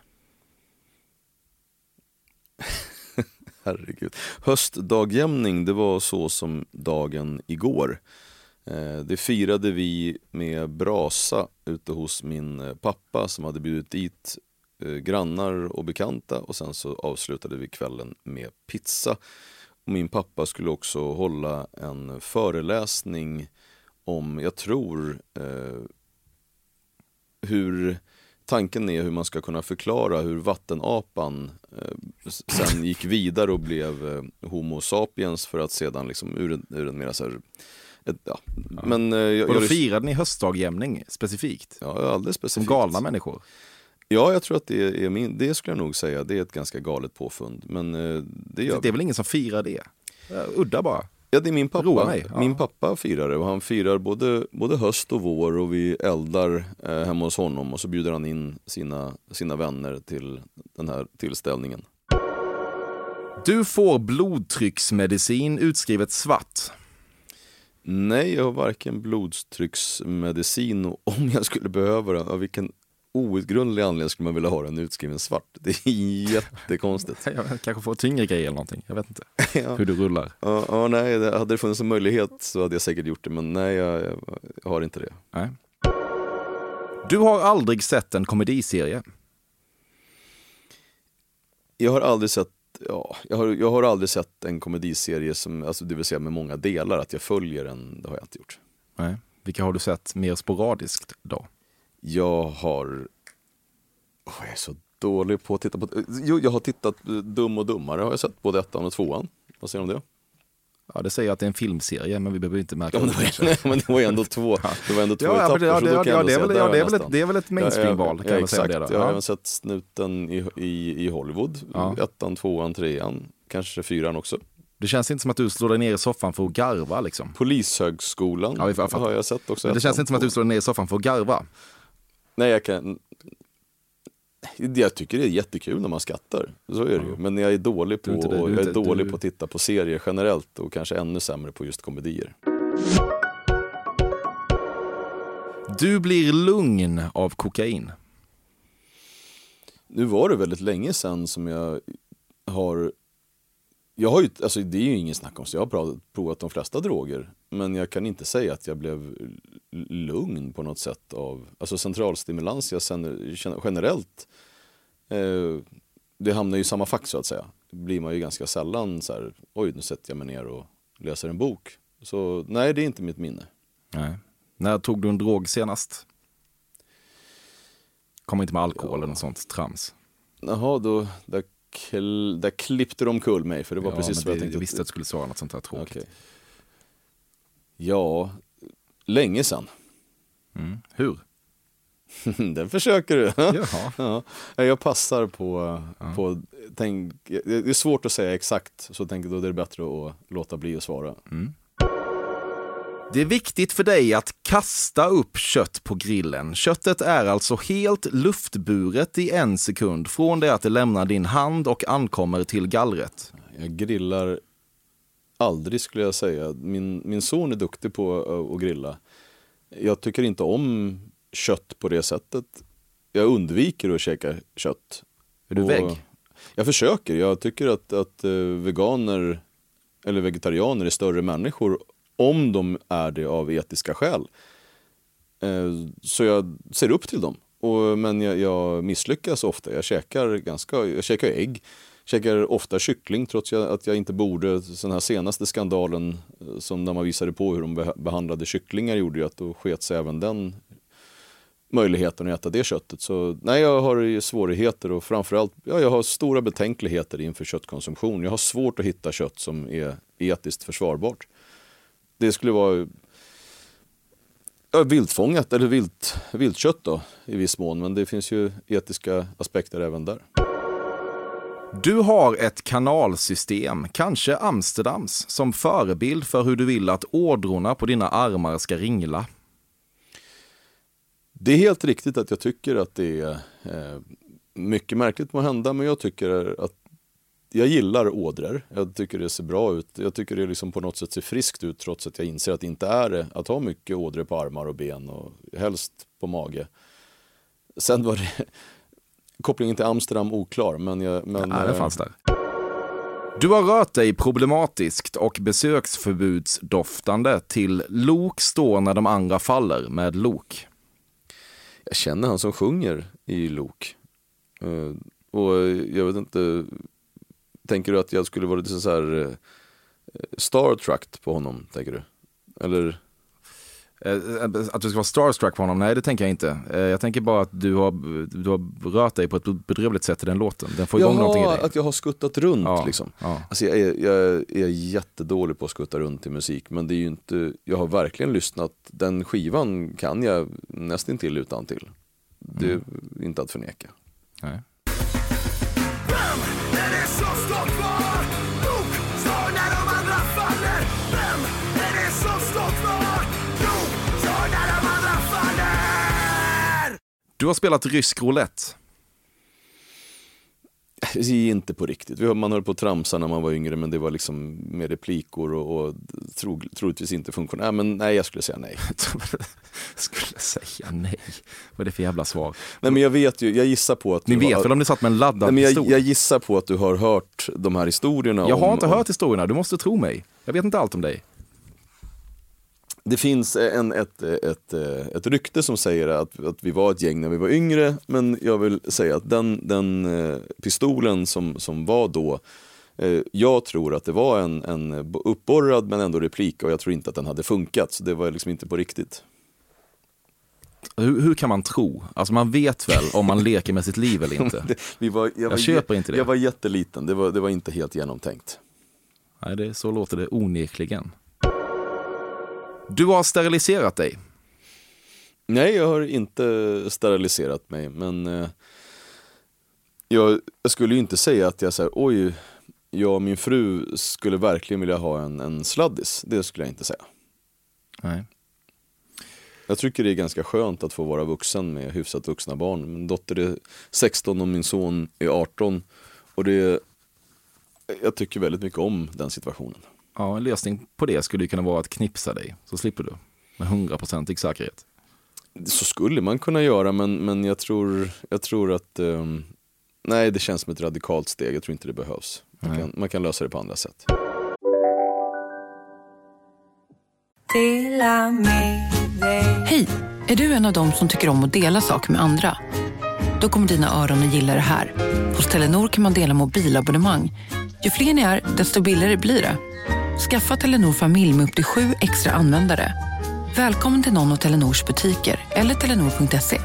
Herregud. Höstdagjämning, det var så som dagen igår. Eh, det firade vi med brasa ute hos min pappa som hade bjudit dit eh, grannar och bekanta. Och sen så avslutade vi kvällen med pizza. Och min pappa skulle också hålla en föreläsning om, jag tror... Eh, hur tanken är hur man ska kunna förklara hur vattenapan eh, sen gick vidare och blev eh, homo sapiens för att sedan liksom ur en, ur en mera så här, ett, ja. Ja. Men eh, jag, och då jag, firade ni höstdagjämning specifikt? Ja, alldeles specifikt. Som galna människor? Ja, jag tror att det är min, det skulle jag nog säga, det är ett ganska galet påfund, men eh, det gör det är väl ingen som firar det? Udda bara. Ja, det är min pappa. Mig, ja. Min pappa firar det och han firar både, både höst och vår och vi eldar eh, hemma hos honom och så bjuder han in sina, sina vänner till den här tillställningen. Du får blodtrycksmedicin utskrivet svart. Nej, jag har varken blodtrycksmedicin och om jag skulle behöva den, av vilken outgrundlig anledning skulle man vilja ha den utskriven svart. Det är jättekonstigt. Jag kanske får tyngre grejer eller någonting. Jag vet inte ja. hur du rullar. Ja, ja, nej, det, hade det funnits en möjlighet så hade jag säkert gjort det. Men nej, jag, jag har inte det. Nej. Du har aldrig sett en komediserie? Jag har aldrig sett Ja, jag har, jag har aldrig sett en komediserie som, alltså det vill säga med många delar, att jag följer en, det har jag inte gjort. Nej. Vilka har du sett mer sporadiskt då? Jag har... Oh, jag är så dålig på att titta på... Jo, jag har tittat Dum och dummare, har jag sett både ettan och tvåan. Vad säger du om det? Ja, det säger att det är en filmserie, men vi behöver inte märka ja, men, det var, men det var ju ändå två, det var ändå två ja, etapper, ja, så då kan ja, jag det är ändå väl, säga ja, det är väl nästan. ett, det är väl ett mainstream-val, kan ja, man säga det då. Jag har ja. även sett Snuten i, i, i Hollywood, ja. ettan, tvåan, trean, kanske fyran också. Det känns inte som att du slår dig ner i soffan för att garva liksom. Polishögskolan ja, jag har jag sett också. Men det känns inte som att du slår dig ner i soffan för att garva. Nej, jag kan... Jag tycker det är jättekul när man skattar. Så är det ju. Men jag är dålig på, inte det, jag är inte, dålig du... på att titta på serier generellt och kanske ännu sämre på just komedier. Du blir lugn av kokain. Nu var det väldigt länge sedan som jag har... Jag har ju, alltså det är ju ingen snack om så jag har provat de flesta droger. Men jag kan inte säga att jag blev lugn på något sätt av... Alltså centralstimulans jag känner, generellt... Eh, det hamnar ju i samma fack så att säga. Blir man ju ganska sällan så här, oj nu sätter jag mig ner och läser en bok. Så nej, det är inte mitt minne. Nej. När tog du en drog senast? Kom inte med alkohol ja. eller något sånt trams. Jaha, då där, kl, där klippte de kull mig för det var ja, precis vad det, jag tänkte. Jag visste att du skulle svara något sånt här tråkigt. Okay. Ja, länge sedan. Mm. Hur? Den försöker du. Jaha. Ja. Jag passar på, ja. på tänk, det är svårt att säga exakt så tänker då det är bättre att låta bli att svara. Mm. Det är viktigt för dig att kasta upp kött på grillen. Köttet är alltså helt luftburet i en sekund från det att det lämnar din hand och ankommer till gallret. Jag grillar aldrig skulle jag säga. Min, min son är duktig på att grilla. Jag tycker inte om kött på det sättet. Jag undviker att käka kött. Är du och vägg? Jag försöker. Jag tycker att, att veganer eller vegetarianer är större människor om de är det av etiska skäl. Så jag ser upp till dem. Och, men jag, jag misslyckas ofta. Jag käkar ganska, jag käkar ägg. Käkar ofta kyckling trots att jag inte borde. Den här senaste skandalen som när man visade på hur de behandlade kycklingar gjorde ju att då sket sig även den möjligheten att äta det köttet. Så nej, jag har svårigheter och framförallt ja, jag har stora betänkligheter inför köttkonsumtion. Jag har svårt att hitta kött som är etiskt försvarbart. Det skulle vara ja, viltfångat eller vilt, viltkött då i viss mån, men det finns ju etiska aspekter även där. Du har ett kanalsystem, kanske Amsterdams, som förebild för hur du vill att ådrorna på dina armar ska ringla. Det är helt riktigt att jag tycker att det är eh, mycket märkligt må hända, men jag tycker att jag gillar ådror. Jag tycker det ser bra ut. Jag tycker det liksom på något sätt ser friskt ut trots att jag inser att det inte är det. Att ha mycket ådror på armar och ben och helst på mage. Sen var det kopplingen till Amsterdam oklar, men jag... Men, ja, det fanns där. Du har rört dig problematiskt och besöksförbudsdoftande till Lok står när de andra faller med Lok. Jag känner han som sjunger i Lok. Uh, och jag vet inte... Tänker du att jag skulle vara lite så här uh, starstruck på honom, tänker du? Eller... Att du ska vara starstruck på honom? Nej, det tänker jag inte. Jag tänker bara att du har, du har rört dig på ett bedrövligt sätt i den låten. Den får igång någonting i dig. Att jag har skuttat runt ja, liksom. Ja. Alltså jag, är, jag är jättedålig på att skutta runt i musik, men det är ju inte, jag har verkligen lyssnat. Den skivan kan jag nästan till utan till. Det är mm. inte att förneka. Nej. Du har spelat rysk roulette. Inte på riktigt. Man höll på att tramsa när man var yngre, men det var liksom med replikor och, och tro, troligtvis inte funktioner. Nej, men nej, jag skulle säga nej. skulle säga nej. Vad är det för jävla svar? Nej, men jag vet ju, jag gissar på att... Ni vet har, väl om ni satt med en laddad nej, men pistol? Jag, jag gissar på att du har hört de här historierna. Jag har om, inte om... hört historierna, du måste tro mig. Jag vet inte allt om dig. Det finns en, ett, ett, ett rykte som säger att, att vi var ett gäng när vi var yngre, men jag vill säga att den, den pistolen som, som var då, jag tror att det var en, en uppborrad men ändå replik, och jag tror inte att den hade funkat, så det var liksom inte på riktigt. Hur, hur kan man tro? Alltså man vet väl om man leker med sitt liv eller inte? det, vi var, jag, jag var, köper inte det. Jag var jätteliten, det var, det var inte helt genomtänkt. Nej, det, så låter det onekligen. Du har steriliserat dig. Nej, jag har inte steriliserat mig, men eh, jag, jag skulle ju inte säga att jag säger oj, jag och min fru skulle verkligen vilja ha en, en sladdis. Det skulle jag inte säga. Nej. Jag tycker det är ganska skönt att få vara vuxen med hyfsat vuxna barn. Min dotter är sexton och min son är arton, och det, jag tycker väldigt mycket om den situationen. Ja, en lösning på det skulle ju kunna vara att knipsa dig, så slipper du med hundraprocentig säkerhet. Så skulle man kunna göra, men, men jag tror, jag tror att um, nej, det känns som ett radikalt steg. Jag tror inte det behövs. Man kan, man kan lösa det på andra sätt. Hej, är du en av dem som tycker om att dela saker med andra? Då kommer dina öron att gilla det här. Hos Telenor kan man dela mobilabonnemang. Ju fler ni är, desto billigare blir det. Skaffa Telenor familj med upp till sju extra användare. Välkommen till någon av Telenors butiker eller telenor punkt se.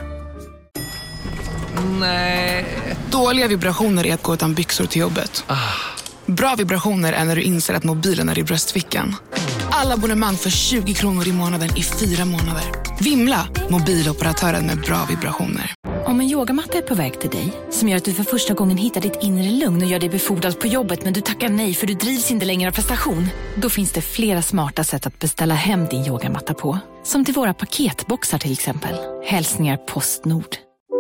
Nej. Dåliga vibrationer är att gå utan byxor till jobbet. Ah. Bra vibrationer är när du inser att mobilen är i bröstfickan. Alla abonnemang för tjugo kronor i månaden i fyra månader. Vimla, mobiloperatören med bra vibrationer. Om en yogamatta är på väg till dig, som gör att du för första gången hittar ditt inre lugn och gör dig befordrad på jobbet, men du tackar nej för du drivs inte längre av prestation. Då finns det flera smarta sätt att beställa hem din yogamatta på. Som till våra paketboxar till exempel. Hälsningar Postnord.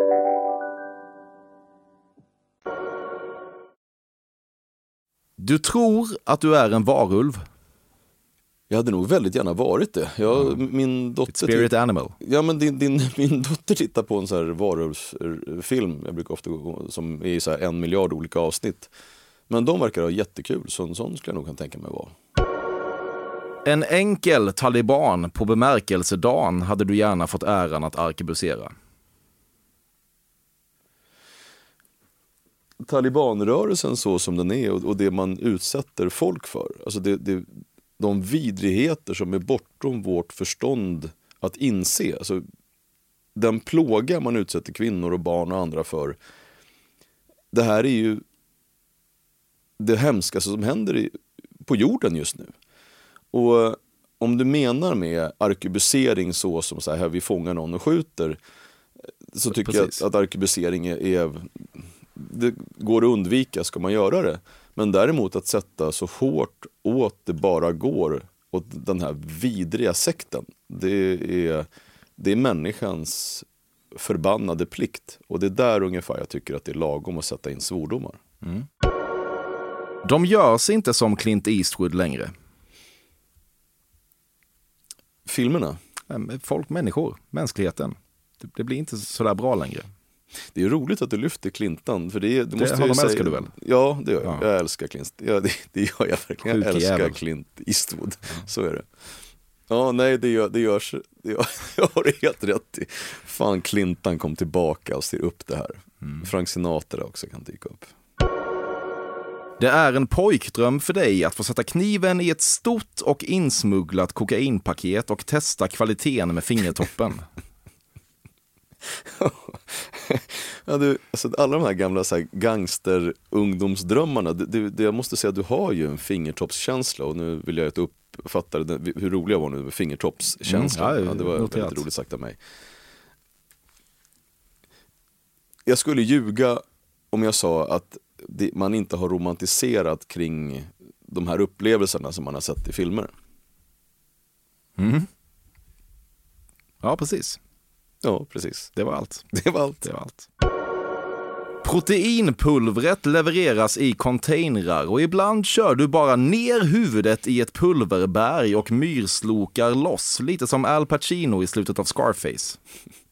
Du tror att du är en varulv? Jag hade nog väldigt gärna varit det. Jag, mm. min dotter Spirit animal. Ja, men din, din, min dotter tittar på en så här varulvsfilm. Jag brukar ofta gå, som är i så här en miljard olika avsnitt. Men de verkar ha jättekul. Så en sån skulle jag nog kan tänka mig vara. En enkel taliban på bemärkelsedagen hade du gärna fått äran att arkebusera. Talibanrörelsen så som den är och, och det man utsätter folk för. Alltså det... det de vidrigheter som är bortom vårt förstånd att inse. Alltså, den plåga man utsätter kvinnor och barn och andra för. Det här är ju det hemskaste som händer i, på jorden just nu. Och om du menar med arkebusering så som så här, vi fångar någon och skjuter, så tycker Precis. jag att, att arkebusering är, är det går att undvika, ska man göra det. Men däremot att sätta så hårt åt det bara går åt den här vidriga sekten, det är, det är människans förbannade plikt. Och det är där ungefär jag tycker att det är lagom att sätta in svordomar. Mm. De görs inte som Clint Eastwood längre. Filmerna? Folk, människor, mänskligheten. Det, det blir inte så där bra längre. Det är roligt att du lyfter Clinton, för det, det, det måste honom säga, älskar du väl? Ja, det gör jag. Ja. Jag älskar Clint. Ja, det, det gör jag verkligen. Jag älskar jävel. Clint Eastwood. Ja. Så är det. Ja, nej, det, gör, det görs. Det gör, jag har det helt rätt i. Fan, Clinton kom tillbaka och ser upp det här. Mm. Frank Sinatra också kan dyka upp. Det är en pojkdröm för dig att få sätta kniven i ett stort och insmugglat kokainpaket och testa kvaliteten med fingertoppen. Ja, du, alltså, alla de här gamla så här, gangster-ungdomsdrömmarna, det, det, jag måste säga att du har ju en fingertoppskänsla, och nu vill jag inte uppfatta det, hur rolig jag var nu med fingertoppskänslan. Mm, ja, det var noterat. Väldigt roligt sagt av mig. Jag skulle ljuga om jag sa att det, man inte har romantiserat kring de här upplevelserna som man har sett i filmer. Mm. Ja, precis. Ja, precis. Det var allt. Det var allt. Det var allt. Proteinpulvret levereras i containrar och ibland kör du bara ner huvudet i ett pulverberg och myrslokar loss. Lite som Al Pacino i slutet av Scarface.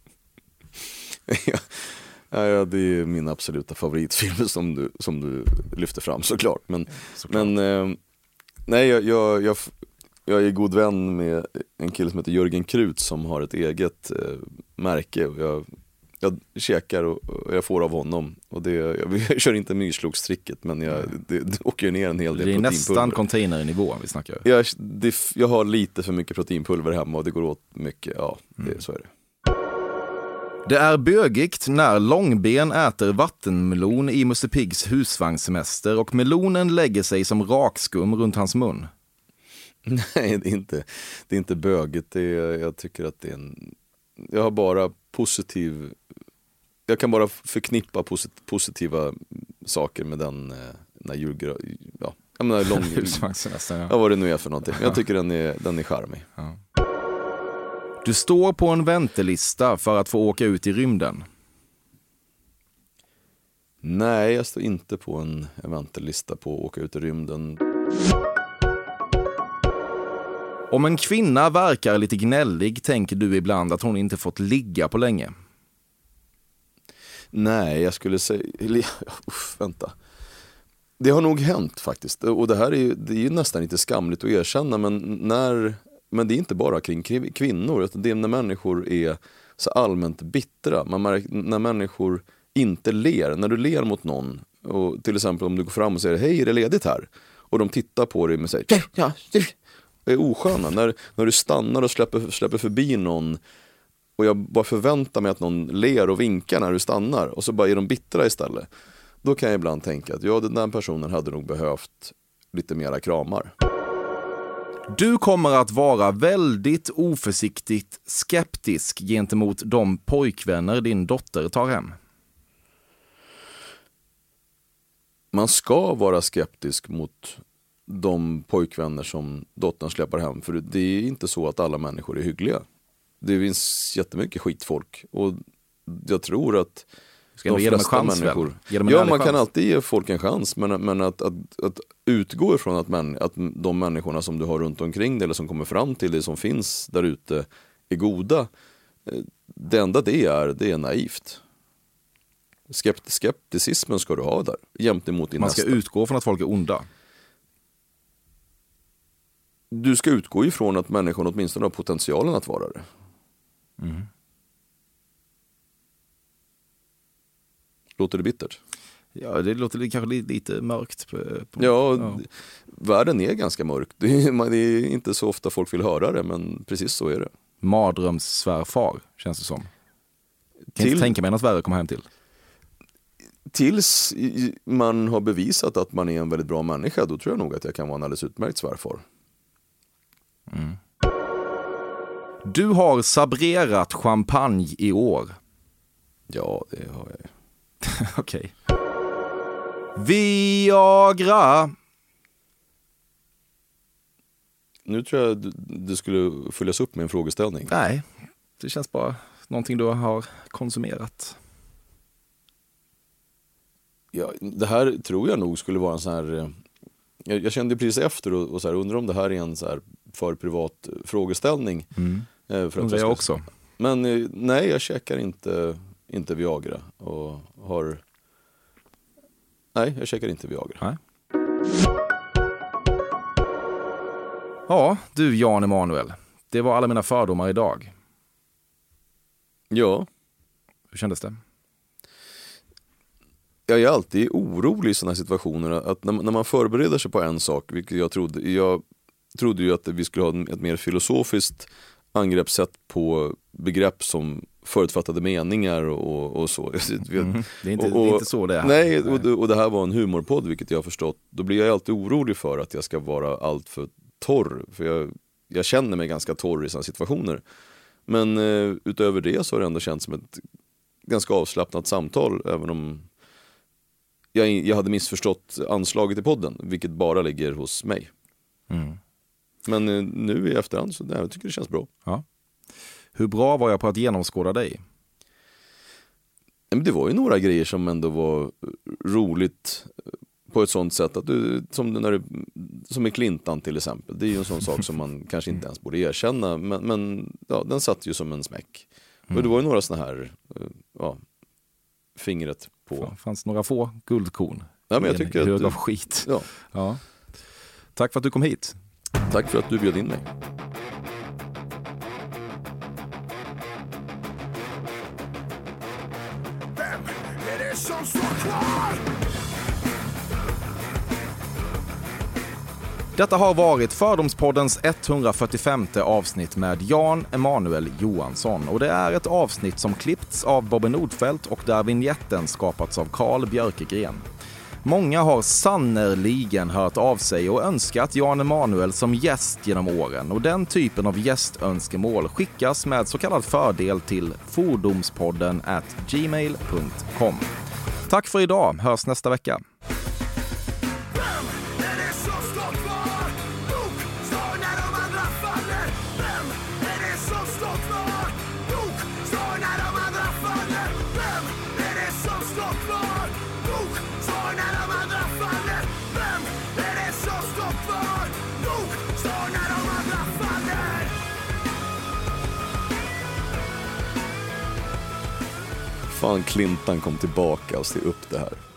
Ja, ja, det är min absoluta favoritfilm som du, som du lyfter fram såklart. Men, såklart. men eh, nej, jag... jag, jag Jag är god vän med en kille som heter Jörgen Krut som har ett eget eh, märke. Och jag, jag käkar och, och jag får av honom. Och det, jag, jag kör inte myrslokstricket, men jag, det, det åker ner en hel del proteinpulver. Det är nästan containernivå vi snackar. Jag, det, jag har lite för mycket proteinpulver hemma och det går åt mycket. Ja, det, mm. så är det. Det är bögigt när Långben äter vattenmelon i Musse Piggs husvagnssemester och melonen lägger sig som rakskum runt hans mun. Nej, det är inte, det är inte böget. Det är, jag tycker att det är en... Jag har bara positiv... Jag kan bara förknippa posit, positiva saker med den... den här julgra... Ja, jag menar lång... husvagnssemester, ja. Ja, vad det nu är för någonting. Men jag tycker den är, den är charmig. Ja. Du står på en väntelista för att få åka ut i rymden. Nej, jag står inte på en, en väntelista på att åka ut i rymden. Om en kvinna verkar lite gnällig tänker du ibland att hon inte fått ligga på länge. Nej, jag skulle säga... Uff, vänta. Det har nog hänt faktiskt. Och det här är ju, det är ju nästan inte skamligt att erkänna. Men, när, men det är inte bara kring kvinnor. Utan det är när människor är så allmänt bittra. Man märker, när människor inte ler. När du ler mot någon. Och till exempel om du går fram och säger hej, är det ledigt här? Och de tittar på dig och säger ja, ja, det är osköna. När, när du stannar och släpper, släpper förbi någon. Och jag bara förväntar mig att någon ler och vinkar när du stannar. Och så bara är de bittra istället. Då kan jag ibland tänka att ja, den där personen hade nog behövt lite mera kramar. Du kommer att vara väldigt oförsiktigt skeptisk gentemot de pojkvänner din dotter tar hem. Man ska vara skeptisk mot de pojkvänner som dottern släpper hem. För det är inte så att alla människor är hyggliga. Det finns jättemycket skitfolk. Och jag tror att ska de ge dem en chans människor, väl? Dem en ja, man chans. Kan alltid ge folk en chans. Men, men att, att, att utgå ifrån att, män, att de människorna som du har runt omkring dig eller som kommer fram till dig som finns där ute är goda. Det enda det är, det är naivt. Skept, skepticismen ska du ha där. Jämt emot din Man ska nästa. utgå från att folk är onda. Du ska utgå ifrån att människan åtminstone har potentialen att vara det. Mm. Låter det bittert? Ja, det låter kanske lite mörkt. På, på, ja, ja, världen är ganska mörk. Det är, det är inte så ofta folk vill höra det, men precis så är det. Mardrömssvärfar, känns det som. Kan till, inte tänka mig något värre att komma hem till. Tills man har bevisat att man är en väldigt bra människa, då tror jag nog att jag kan vara en alldeles utmärkt svärfar. Mm. Du har sabrerat champagne i år. Ja, det har jag. Okej. Viagra. Nu tror jag du, du skulle följas upp med en frågeställning. Nej, det känns bara någonting du har konsumerat. Ja, det här tror jag nog skulle vara en sån här... Jag, jag kände precis efter och, och så här, undrar om det här är en så här för privat frågeställning. Mm. Eh, för att jag, jag också. Men eh, nej, jag käkar inte, inte Viagra. Och har... Nej, jag käkar inte Viagra. Nej. Ja, du Jan Emanuel. Det var alla mina fördomar idag. Ja. Hur kändes det? Jag är alltid orolig i sådana här situationer. Att när, när man förbereder sig på en sak, vilket jag trodde, jag trodde ju att vi skulle ha ett mer filosofiskt angreppssätt på begrepp som förutfattade meningar och, och så. Mm, det, är inte, och, och, det är inte så det är. Nej, och, och det här var en humorpodd, vilket jag har förstått. Då blir jag alltid orolig för att jag ska vara allt för torr. För jag, jag känner mig ganska torr i sådana situationer. Men eh, utöver det så har det ändå känts som ett ganska avslappnat samtal, även om jag, jag hade missförstått anslaget i podden, vilket bara ligger hos mig. Mm. Men eh, nu i efterhand så nej, jag tycker det känns bra. Ja. Hur bra var jag på att genomskåda dig? Men det var ju några grejer som ändå var roligt på ett sånt sätt att du, som, när du, som i Clintan till exempel. Det är ju en sån sak som man kanske inte ens borde erkänna, men, men ja, den satt ju som en smäck. Mm. Och det var ju några såna här ja, fingret på. Det fanns några få guldkorn. Ja, men jag tycker hög att du, av skit. Ja. Ja. Tack för att du kom hit. Tack för att du bjöd in mig. Vem är det som står kvar? Detta har varit Fördomspoddens etthundrafyrtiofemte avsnitt med Jan Emanuel Johansson. Och det är ett avsnitt som klippts av Bobby Nordfeldt och där vignetten skapats av Carl Björkegren. Många har sannerligen hört av sig och önskat Jan Emanuel som gäst genom åren. Och den typen av gästönskemål skickas med så kallad fördel till fordomspodden at gmail punkt com. Tack för idag, hörs nästa vecka. Fan, Clintan kom tillbaka och steg upp det här.